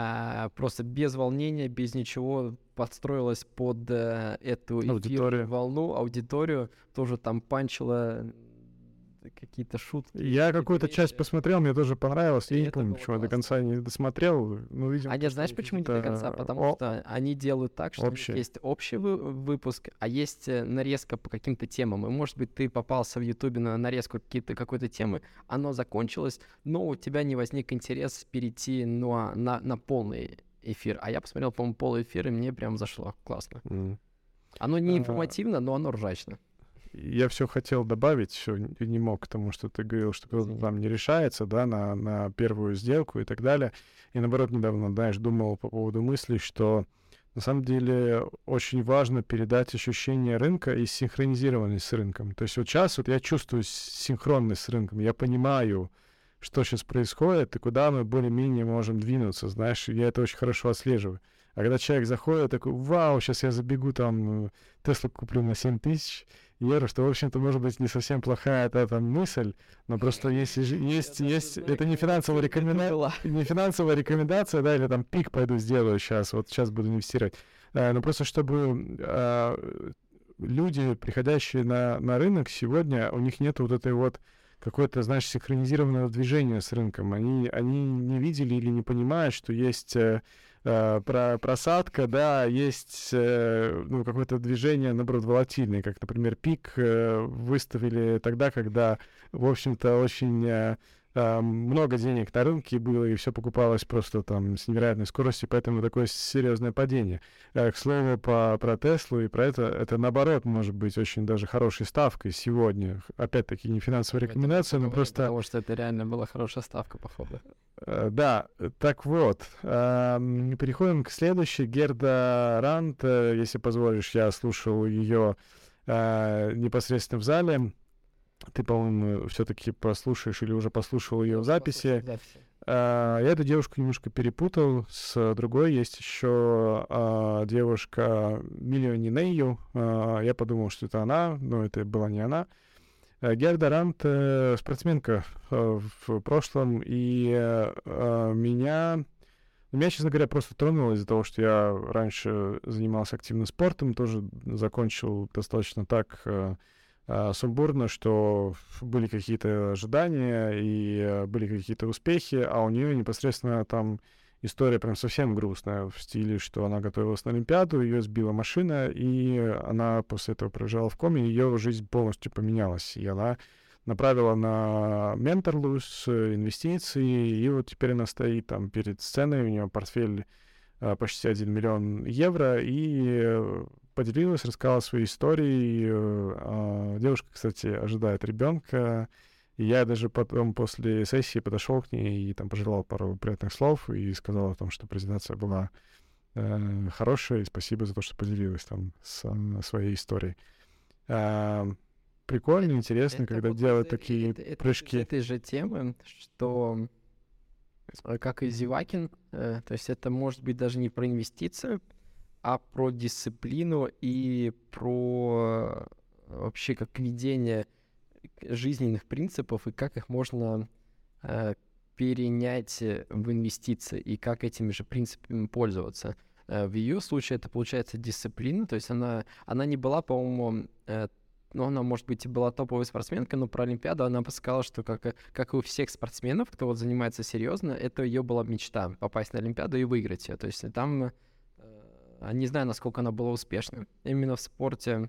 а, просто без волнения, без ничего подстроилась под э, эту эфирную Аудиторию. волну, аудиторию, тоже там панчила какие-то шутки. Я какие-то какую-то часть вещи. посмотрел, мне тоже понравилось. И Я не это помню, было почему я до классно. конца не досмотрел. Ну, видимо, А потому нет, что знаешь, они почему не до конца? какие-то, Потому о, что они делают так, что у них общие. есть общий вы- выпуск, а есть э, нарезка по каким-то темам. И, может быть, ты попался в Ютубе на нарезку какие-то, какой-то темы, оно закончилось, но у тебя не возник интерес перейти на, на, на полный эфир. А я посмотрел, по-моему, полный эфир, и мне прям зашло. Классно. м. Оно не А, информативно, но оно ржачно. Я все хотел добавить, все не мог, потому что ты говорил, что кто-то Извини. там не решается, да, на, на первую сделку и так далее. И наоборот, недавно, знаешь, думал по поводу мысли, что на самом деле очень важно передать ощущение рынка и синхронизированность с рынком. То есть вот сейчас вот я чувствую с- синхронность с рынком, я понимаю, что сейчас происходит и куда мы более-менее можем двинуться, знаешь, я это очень хорошо отслеживаю. А когда человек заходит, такой, вау, сейчас я забегу там, э, Теслу куплю на семь тысяч евро, что, в общем-то, может быть, не совсем плохая эта там мысль, но просто если же есть, есть, это не финансовая рекомендация, не финансовая рекомендация, да, или там пик пойду сделаю сейчас, вот сейчас буду инвестировать, Э, но просто чтобы э, люди, приходящие на, на рынок сегодня, у них нет вот этой вот какое-то, знаешь, синхронизированного движения с рынком. Они, они не видели или не понимают, что есть э, э, про, просадка, да, есть э, ну, какое-то движение, наоборот, волатильное, как, например, пик э, выставили тогда, когда, в общем-то, очень э, э, много денег на рынке было, и все покупалось просто там с невероятной скоростью, поэтому такое серьезное падение. Э, К слову, по, про Теслу и про это, это наоборот может быть очень даже хорошей ставкой сегодня. Опять-таки не финансовая Об этом рекомендация, но поговорим, просто... Потому что это реально была хорошая ставка, походу. Э, Да, э, так вот, ам, переходим к следующей. Герда Рант, э, если позволишь, я слушал ее непосредственно в зале. Ты, по-моему, все-таки прослушаешь или уже послушал ее в записи. Я эту девушку немножко перепутал с другой. Есть еще а, девушка Миллионинею. А, я подумал, что это она, но это была не она. Герда Рант э, спортсменка э, в прошлом, и э, меня, меня, честно говоря, просто тронуло из-за того, что я раньше занимался активным спортом, тоже закончил достаточно так... Э, сумбурно, что были какие-то ожидания и были какие-то успехи, а у нее непосредственно там история прям совсем грустная в стиле, что она готовилась на Олимпиаду, ее сбила машина, и она после этого пролежала в коме, ее жизнь полностью поменялась, и она направила на Mentorlus инвестиции, и вот теперь она стоит там перед сценой, у нее портфель почти один миллион евро, и поделилась, рассказала свои истории. Девушка, кстати, ожидает ребенка. И я даже потом после сессии подошел к ней и там пожелал пару приятных слов и сказал о том, что презентация была э, хорошая, и спасибо за то, что поделилась там с, э, своей историей. Э, прикольно, интересно, это когда вот делают это, такие это, это, прыжки. Это этой же темы, что как и Зевакин, э, то есть это может быть даже не про инвестицию, а про дисциплину и про вообще как ведение жизненных принципов и как их можно э, перенять в инвестиции и как этими же принципами пользоваться. Э, в ее случае это получается дисциплина, то есть она, она не была, по-моему, э, ну, она, может быть, и была топовой спортсменкой, но про Олимпиаду она бы сказала, что, как, как и у всех спортсменов, кто вот занимается серьезно, это ее была мечта — попасть на Олимпиаду и выиграть ее. То есть там... Не знаю, насколько она была успешна именно в спорте,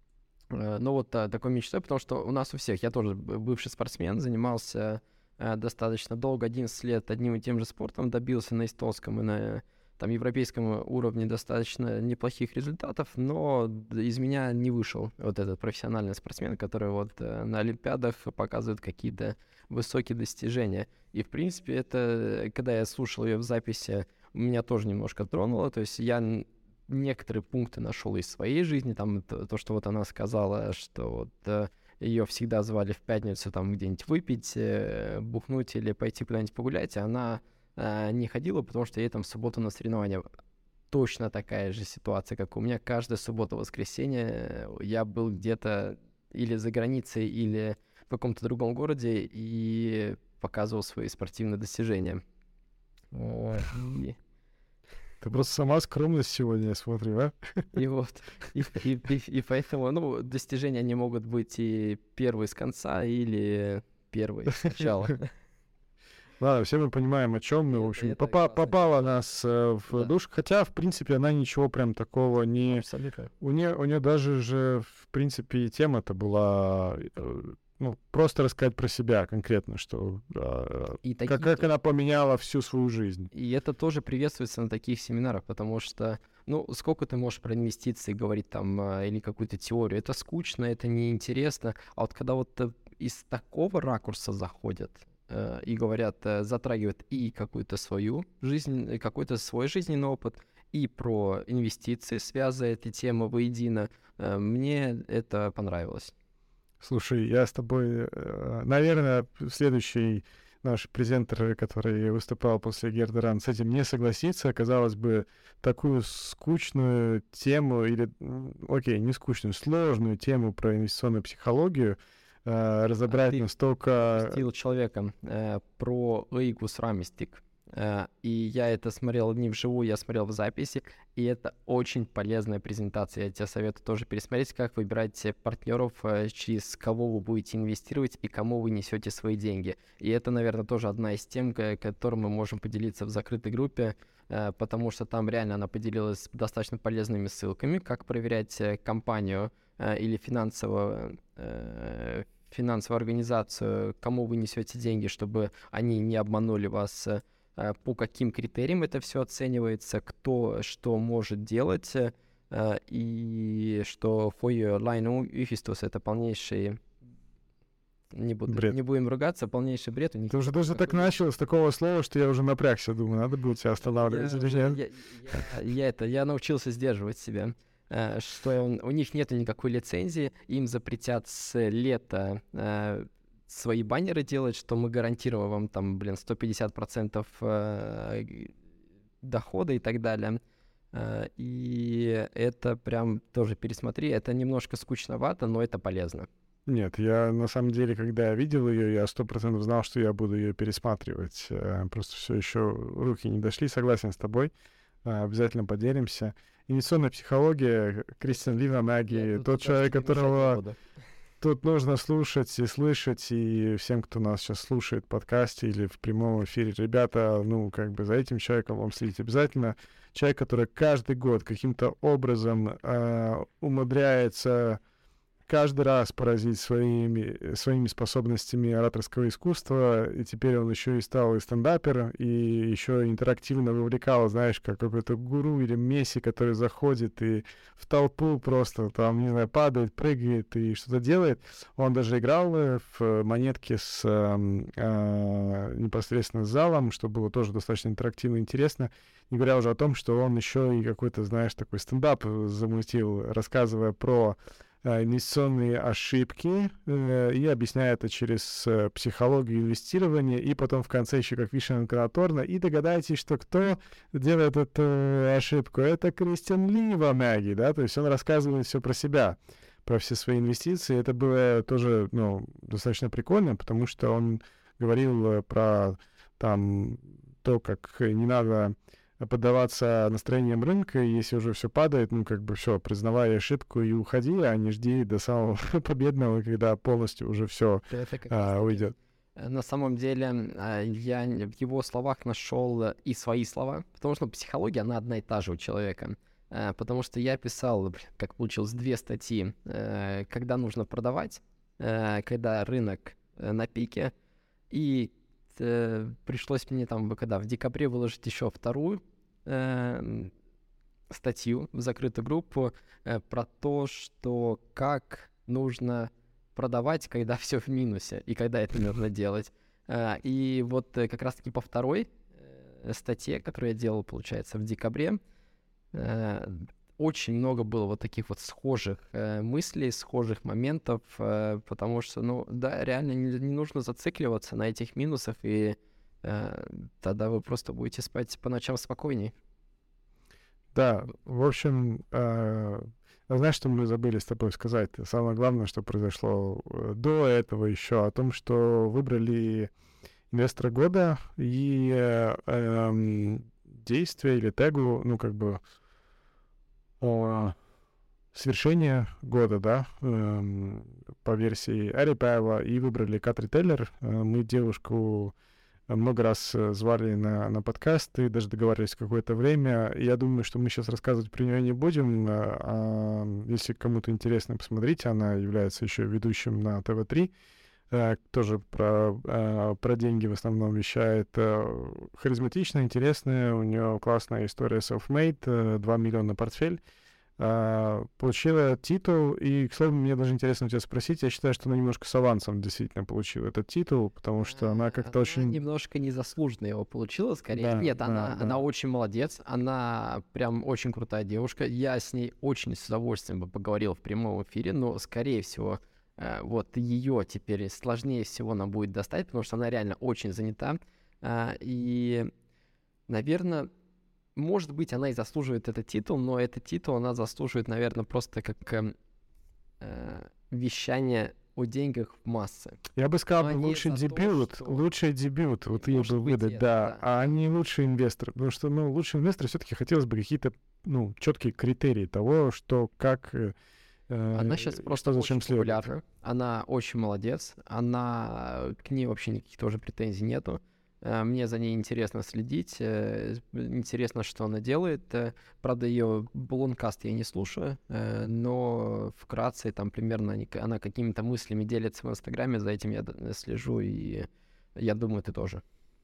но вот такой мечтой, потому что у нас у всех, я тоже бывший спортсмен, занимался достаточно долго, одиннадцать лет одним и тем же спортом, добился на эстонском и на там, европейском уровне достаточно неплохих результатов, но из меня не вышел вот этот профессиональный спортсмен, который вот на Олимпиадах показывает какие-то высокие достижения. И, в принципе, это, когда я слушал ее в записи, меня тоже немножко тронуло, то есть я некоторые пункты нашел из своей жизни, там то, то что вот она сказала, что вот э, ее всегда звали в пятницу там где-нибудь выпить, э, бухнуть или пойти куда-нибудь погулять, а она э, не ходила, потому что ей там в субботу на соревнования. Точно такая же ситуация, как у меня. Каждая суббота-воскресенье я был где-то или за границей, или в каком-то другом городе и показывал свои спортивные достижения. И... Ты просто сама скромность сегодня, я смотрю, а? И вот, и, и, и, и поэтому, ну, достижения, они могут быть и первые с конца, или первые с начала. Ладно, все мы понимаем, о чем мы, в общем, попа- попала нас э, в да. душ, хотя, в принципе, она ничего прям такого не... Абсолютно. У нее, у нее даже же, в принципе, тема-то была... Э, ну, просто рассказать про себя конкретно, что э, и как, такие... как она поменяла всю свою жизнь. И это тоже приветствуется на таких семинарах, потому что, ну, сколько ты можешь про инвестиции говорить там или какую-то теорию, это скучно, это неинтересно, а вот когда вот из такого ракурса заходят э, и говорят, э, затрагивают и какую-то свою жизнь, какой-то свой жизненный опыт, и про инвестиции, связывая эти темы воедино, э, мне это понравилось. Слушай, я с тобой, наверное, следующий наш презентер, который выступал после Герды Рант, с этим не согласится. Казалось бы, такую скучную тему, или, окей, не скучную, сложную тему про инвестиционную психологию э, разобрать а настолько... Ты человека э, про õigusraamistik. Рамистик. И я это смотрел не вживую, я смотрел в записи, и это очень полезная презентация. Я тебе советую тоже пересмотреть, как выбирать партнеров, через кого вы будете инвестировать и кому вы несете свои деньги. И это, наверное, тоже одна из тем, которой мы можем поделиться в закрытой группе, потому что там реально она поделилась достаточно полезными ссылками, как проверять компанию или финансовую, финансовую организацию, кому вы несете деньги, чтобы они не обманули вас, по каким критериям это все оценивается, кто что может делать, и что for your line ühistus — это полнейший, не, буду, бред. не будем ругаться, полнейший бред. У них Ты уже даже так начал с такого слова, что я уже напрягся, думаю, надо было тебя останавливать. Я, я, я, я, это, я научился сдерживать себя, что он, у них нет никакой лицензии, им запретят с лета свои баннеры делать, что мы гарантируем вам там, блин, сто пятьдесят процентов э, дохода и так далее. Э, и это прям тоже пересмотри. Это немножко скучновато, но это полезно. Нет, я на самом деле, когда я видел ее, я сто процентов знал, что я буду ее пересматривать. Э, Просто все еще руки не дошли. Согласен с тобой. Э, Обязательно поделимся. Инвестиционная психология, Кристиан Ливамяги, тот человек, которого тут нужно слушать и слышать, и всем, кто нас сейчас слушает в подкасте или в прямом эфире, ребята, ну, как бы за этим человеком вам следить обязательно. Человек, который каждый год каким-то образом э, умудряется каждый раз поразить своими, своими способностями ораторского искусства, и теперь он еще и стал и стендапер, и еще интерактивно вовлекал, знаешь, как какой-то гуру или месси, который заходит и в толпу просто там, не знаю, падает, прыгает и что-то делает. Он даже играл в монетки с э, э, непосредственно с залом, что было тоже достаточно интерактивно и интересно. Не говоря уже о том, что он еще и какой-то, знаешь, такой стендап замутил, рассказывая про инвестиционные ошибки э, и объясняя это через э, психологию инвестирования, и потом в конце еще как вишенка на торте. И догадайтесь, что кто делает эту э, ошибку? Это Кристиан Ливамяги, да, то есть он рассказывает все про себя, про все свои инвестиции. Это было тоже, ну, достаточно прикольно, потому что он говорил про там то, как не надо поддаваться настроениям рынка, и если уже все падает, ну, как бы все, признавай ошибку и уходи, а не жди до самого победного, когда полностью уже все а, уйдет. На самом деле, я в его словах нашел и свои слова, потому что психология, она одна и та же у человека. Потому что я писал, как получилось, две статьи, когда нужно продавать, когда рынок на пике, и пришлось мне там, когда в декабре выложить еще вторую э, статью в закрытую группу э, про то, что как нужно продавать, когда все в минусе, и когда это нужно делать. Э, и вот э, как раз-таки по второй э, статье, которую я делал, получается, в декабре, э, очень много было вот таких вот схожих э, мыслей, схожих моментов, э, потому что, ну, да, реально не, не нужно зацикливаться на этих минусах, и э, тогда вы просто будете спать по ночам спокойней. Да, в общем, э, знаешь, что мы забыли с тобой сказать? Самое главное, что произошло до этого еще, о том, что выбрали инвестора года и э, э, действия или тегу, ну, как бы, о свершение года, да, эм, по версии Арипаева, и выбрали Катри Теллер. Э, мы девушку много раз звали на, на подкасты, даже договаривались какое-то время. Я думаю, что мы сейчас рассказывать про нее не будем. А, а если кому-то интересно, посмотрите. Она является еще ведущим на тэ вэ три. А, тоже про, а, про деньги в основном вещает. А, харизматичная, интересная. У нее классная история self-made. два миллиона портфель. Uh, получила титул, и, к слову, мне даже интересно у тебя спросить, я считаю, что она немножко с авансом действительно получила этот титул, потому что она как-то она очень... немножко незаслуженно его получила, скорее. Да, Нет, да, она, да. она очень молодец, она прям очень крутая девушка, я с ней очень с удовольствием бы поговорил в прямом эфире, но, скорее всего, uh, вот ее теперь сложнее всего нам будет достать, потому что она реально очень занята, uh, и, наверное... Может быть, она и заслуживает этот титул, но этот титул она заслуживает, наверное, просто как э, э, вещание о деньгах в массы. Я бы сказал, Но лучший за то, дебют, что- лучший дебют, вот ей Может бы быть, выдать, это, да, да. а не лучший инвестор, потому что, ну, лучший инвестор все-таки хотелось бы какие-то, ну, четкие критерии того, что, как, э, Она сейчас что просто зачем очень следует. популярна, она очень молодец, она, к ней вообще никаких тоже претензий нету. Э, Мне за ней интересно следить, э, интересно, что она делает. Э, Правда, ее блонкаст я не слушаю, э, но вкратце там примерно они- она какими-то мыслями делится в Инстаграме, за этим я д- слежу, и я думаю, ты тоже.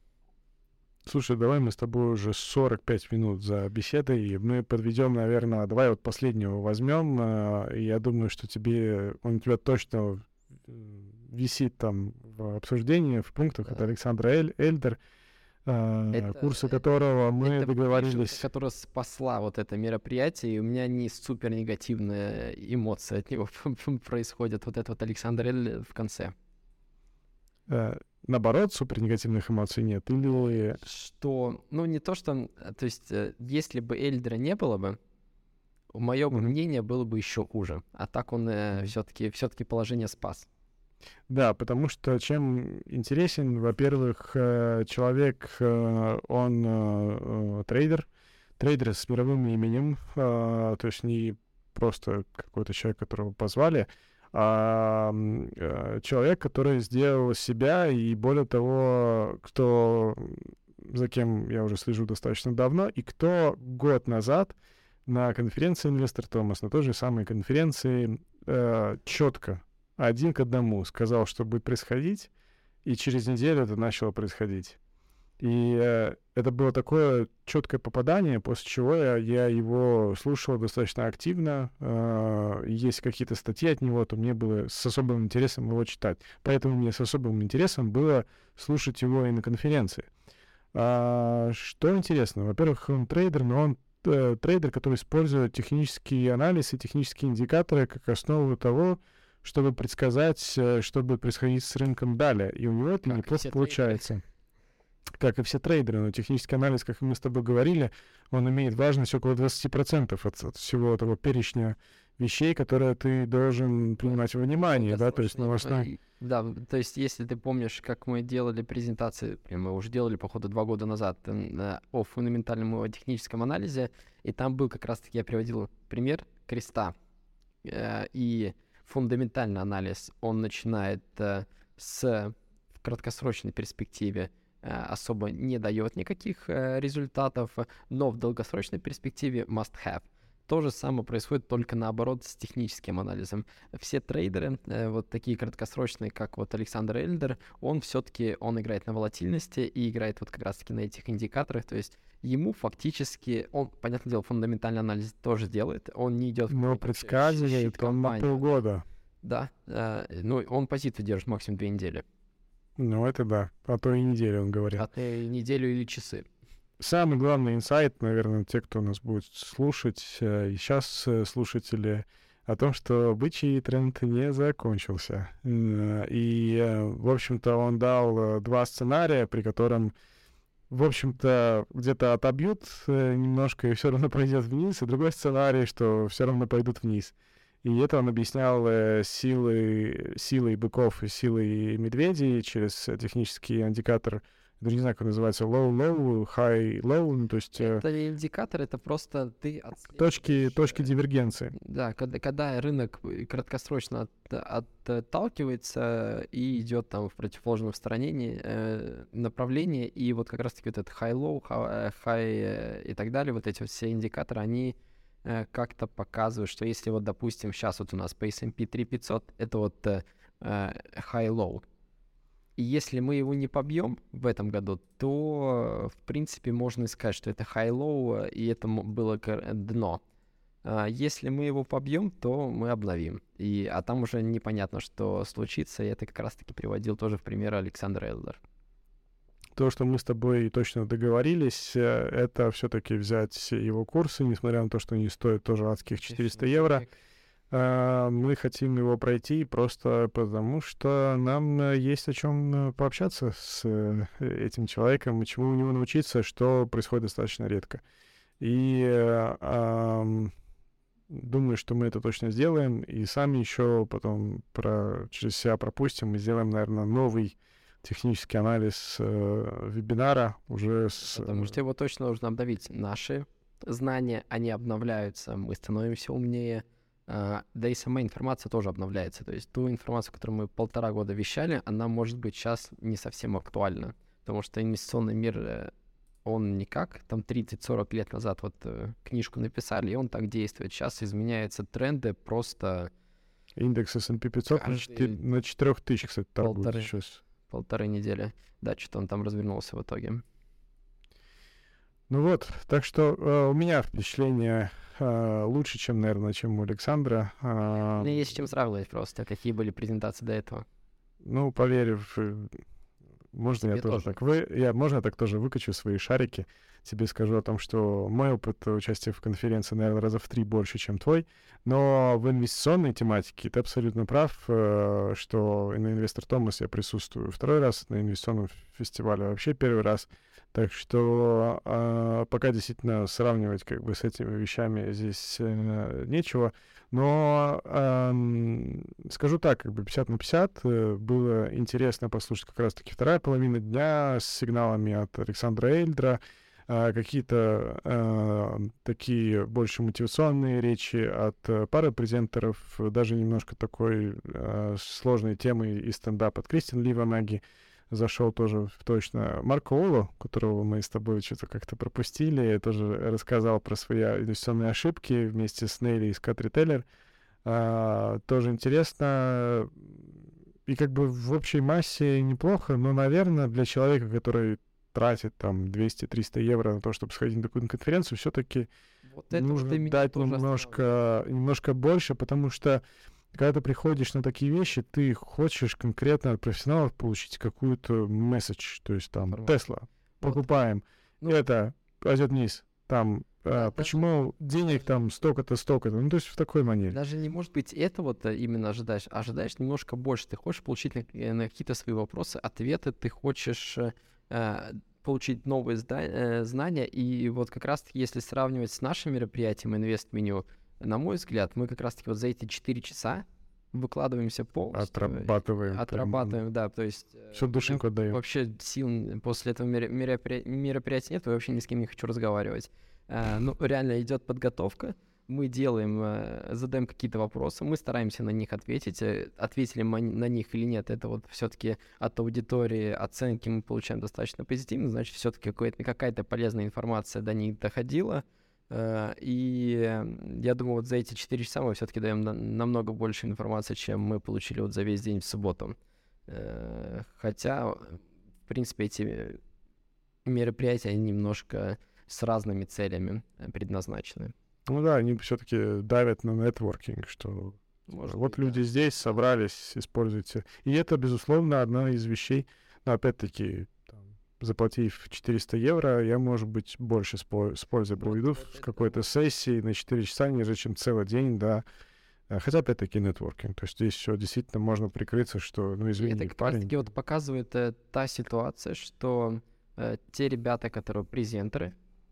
Слушай, давай мы с тобой уже сорок пять минут за беседой, и мы подведем, наверное, давай вот последнего возьмем, э, и я думаю, что тебе, он у тебя точно э, висит там в обсуждении, в пунктах. Да. Это Александр Эль, Эльдер, э, Это- курсы это- которого мы Это договорились. вишенка, которая спасла вот это мероприятие, и у меня не супер негативные эмоции от него происходят. Вот это вот Александр Эль в конце. э, наоборот, супер негативных эмоций нет? Или... Что, ну, не то, что... То есть, э, если бы Эльдера не было бы, мое Мгм. мнение было бы еще хуже. А так он э, Мгм. все-таки все-таки положение спас. Да, потому что чем интересен, во-первых, э, человек, э, он э, э, трейдер, трейдер с мировым именем, э, то есть не просто какой-то человек, которого позвали, а м, э, человек, который сделал себя, и более того, кто, за кем я уже слежу достаточно давно, и кто год назад на конференции Инвестор Томас, на той же самой конференции, э, четко один к одному сказал, что будет происходить, и через неделю это начало происходить. И э, это было такое четкое попадание, после чего я, я его слушал достаточно активно. Э, есть какие-то статьи от него, то мне было с особым интересом его читать. Поэтому мне с особым интересом было слушать его и на конференции. А, что интересно? Во-первых, он трейдер, но он э, трейдер, который использует технический анализ и технические индикаторы как основу того, чтобы предсказать, э, что будет происходить с рынком далее. И у него это Как и неплохо все трейдеры. получается. Как и все трейдеры, но технический анализ, как мы с тобой говорили, он имеет важность около двадцать процентов от, от всего того перечня вещей, которые ты должен принимать во внимание, да, то есть Долгосрочный, новостной. э, Да, в- то есть если ты помнишь, как мы делали презентации, прям мы уже делали, походу, два года назад, м, э, о фундаментальном и техническом анализе, и там был как раз-таки, я приводил пример креста. Э, И фундаментальный анализ, он начинает э, с в краткосрочной перспективе э, особо не дает никаких э, результатов, э, но в долгосрочной перспективе must have. То же самое происходит только наоборот с техническим анализом. Все трейдеры, э, вот такие краткосрочные, как вот Александр Эльдер, он все-таки, он играет на волатильности и играет вот как раз-таки на этих индикаторах, то есть ему фактически, он, понятное дело, фундаментальный анализ тоже делает, он не идет... в Но какой-то вообще щит предсказывает он на компании. полгода. Да, э, ну он позицию держит максимум две недели, Ну, это да. А то и неделю, он говорил. а ты неделю или часы. Самый главный инсайт, наверное, те, кто нас будет слушать, э, и сейчас э, слушатели, о том, что бычий тренд не закончился. Э, И, э, в общем-то, он дал э, два сценария, при котором, в общем-то, где-то отобьют э, немножко и все равно пойдет вниз, и другой сценарий, что все равно пойдут вниз. И это он объяснял э, силой, силой быков и силой медведей через э, технический индикатор, даже не знаю, как он называется, low-low, high-low, ну, то есть э, Это не индикатор, это просто ты точки, отслеживаешь, точки э, дивергенции. Да, когда, когда рынок э, краткосрочно от- отталкивается и идет там в противоположном стороне э, направлении, и вот как раз-таки вот этот high-low, ха- э, high э, и так далее, вот эти вот все индикаторы, они э, как-то показывают, что если вот, допустим, сейчас вот у нас по эс энд пи три пятьсот, это вот э, э, high-low, и если мы его не побьем в этом году, то, э, в принципе, можно сказать, что это high-low, э, и это м- было кор- дно. А Если мы его побьем, то мы обновим. И, а там уже непонятно, что случится. И это как раз-таки приводил тоже в пример Александр Элдер. То, что мы с тобой точно договорились, э, это все-таки взять его курсы, несмотря на то, что они стоят тоже адских четыреста евро. А, Мы хотим его пройти просто потому, что нам э, есть о чем пообщаться с э, этим человеком, и чему у него научиться, что происходит достаточно редко. И э, ам, думаю, что мы это точно сделаем, и сами еще потом про, через себя пропустим и сделаем, наверное, новый технический анализ э, вебинара уже с... Потому что его точно нужно обновить. Наши знания, они обновляются, мы становимся умнее. а, Да и сама информация тоже обновляется. То есть ту информацию, которую мы полтора года вещали, она может быть сейчас не совсем актуальна. Потому что инвестиционный мир, э, он никак, там тридцать-сорок лет назад вот э, книжку написали, и он так действует. Сейчас изменяются тренды просто Индекс эс энд пи пятьсот на, Каждый четыре, на четырех тысячах, кстати, торгует полторы. сейчас. полторы недели. Да, что-то он там развернулся в итоге. Ну вот, так что э, у меня впечатление э, лучше, чем, наверное, чем у Александра. А, Мне есть с чем сравнивать просто, какие были презентации до этого. Ну, поверь, в- можно Тебе я тоже тоже. так вы, я, можно я так тоже выкачу свои шарики, тебе скажу о том, что мой опыт участия в конференции, наверное, раза в три больше, чем твой, но в инвестиционной тематике ты абсолютно прав, э, что на Инвестор Томас я присутствую второй раз, на инвестиционном фестивале вообще первый раз, так что э, пока действительно сравнивать как бы с этими вещами здесь э, нечего. Но эм, скажу так, как бы пятьдесят на пятьдесят, э, было интересно послушать как раз-таки вторая половина дня с сигналами от Александра Эльдра, э, какие-то э, такие больше мотивационные речи от э, пары презентеров, даже немножко такой э, сложной темы и стендап от Кристин Ливамаги. Зашел тоже в точно Марко Оло, которого мы с тобой что-то как-то пропустили, тоже рассказал про свои инвестиционные ошибки вместе с Нелли и с Катри Теллер. А, тоже интересно. И как бы в общей массе неплохо, но, наверное, для человека, который тратит там двести-триста евро на то, чтобы сходить на такую конференцию, все-таки Вот это вот нужно и меня дать тоже немножко, немножко больше, потому что когда ты приходишь на такие вещи, ты хочешь конкретно от профессионалов получить какую-то месседж, то есть там Информацию. Тесла, Вот. покупаем, Ну, это пойдет вниз, там Да, а, почему денег там столько-то, столько-то, ну то есть в такой манере. Даже не может быть это вот э, именно ожидаешь, а ожидаешь немножко больше. Ты хочешь получить на, э, на какие-то свои вопросы ответы, ты хочешь э, э, получить новые зда- э, знания. И вот как раз-таки, если сравнивать с нашим мероприятием инвест-меню, на мой взгляд, мы как раз-таки вот за эти четыре часа выкладываемся полностью. Отрабатываем. прям, Отрабатываем, да, то есть... э, Всё душеньку у меня отдаём. Вообще сил после этого меро- меропри- мероприятия нет, и вообще ни с кем не хочу разговаривать. Э, ну, реально идет подготовка, мы делаем, э, задаем какие-то вопросы, мы стараемся на них ответить. Э, Ответили мы на них или нет, это вот все-таки от аудитории оценки мы получаем достаточно позитивно, значит, все-таки какая-то полезная информация до них доходила. Э, И э, я думаю, вот за эти четыре часа мы все-таки даем на- намного больше информации, чем мы получили вот за весь день в субботу. Э, Хотя, в принципе, эти мероприятия, они немножко с разными целями э, предназначены. Ну да, они все-таки давят на нетворкинг, что Может вот быть, люди да. здесь собрались, используйте. И это, безусловно, одна из вещей, но опять-таки, там, заплатив четыреста евро, я, может быть, больше с, по- с пользой Вот, проведу вот в это какой-то вот. сессии на четыре часа, нежели чем целый день, да. Э, Хотя, опять-таки, нетворкинг. То есть здесь все действительно можно прикрыться, что, ну, И извини, это как парень. раз-таки вот показывает э, та ситуация, что э, те ребята, которые презентеры,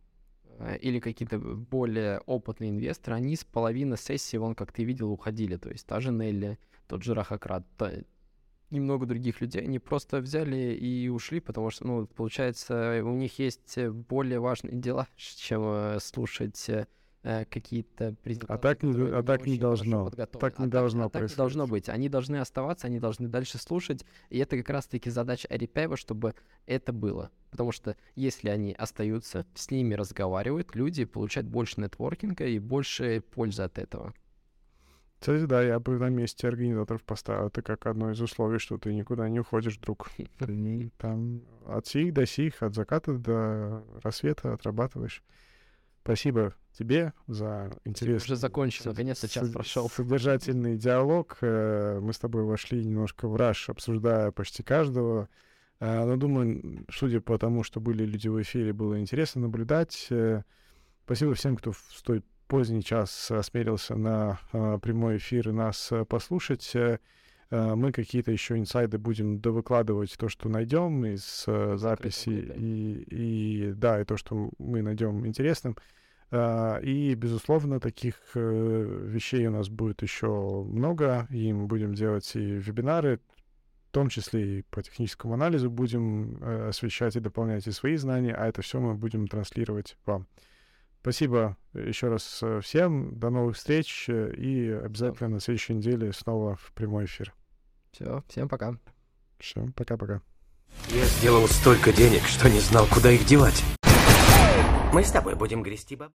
э, или какие-то более опытные инвесторы, они с половины сессии, вон, как ты видел, уходили. То есть та же Нелли, тот же Рахакрат, та- и много других людей, они просто взяли и ушли, потому что, ну, получается, у них есть э, более важные дела, чем э, слушать э, э, какие-то презентации, А так не, которые д- а так не очень хорошо должно. подготовлены. Так не А должно а так не происходить. должно быть. Они должны оставаться, они должны дальше слушать, и это как раз-таки задача Арипяева, чтобы это было. Потому что если они остаются, с ними разговаривают, люди получают больше нетворкинга и больше пользы от этого. Кстати, да, я бы на месте организаторов поставил это как одно из условий, что ты никуда не уходишь, друг. Ты там от сих до сих, от заката до рассвета отрабатываешь. Спасибо тебе за интересный, Уже закончил, со- наконец-то час со- прошел. содержательный диалог. Э, Мы с тобой вошли немножко в раш, обсуждая почти каждого. Э, Но думаю, судя по тому, что были люди в эфире, было интересно наблюдать. Э, Спасибо всем, кто в столь поздний час осмелился на э, прямой эфир и нас э, послушать. Э, э, Мы какие-то еще инсайды будем довыкладывать, то, что найдем из э, В закрытом записей, клубе. и, и да, и то, что мы найдем интересным. Э, И, безусловно, таких э, вещей у нас будет еще много, и мы будем делать и вебинары, в том числе и по техническому анализу будем э, освещать и дополнять и свои знания, а это все мы будем транслировать вам. Спасибо еще раз э, всем, до новых встреч, э, и обязательно на следующей неделе снова в прямой эфир. Все, всем пока. Все, пока-пока. Я сделал столько денег, что не знал, куда их девать. Мы с тобой будем грести баб.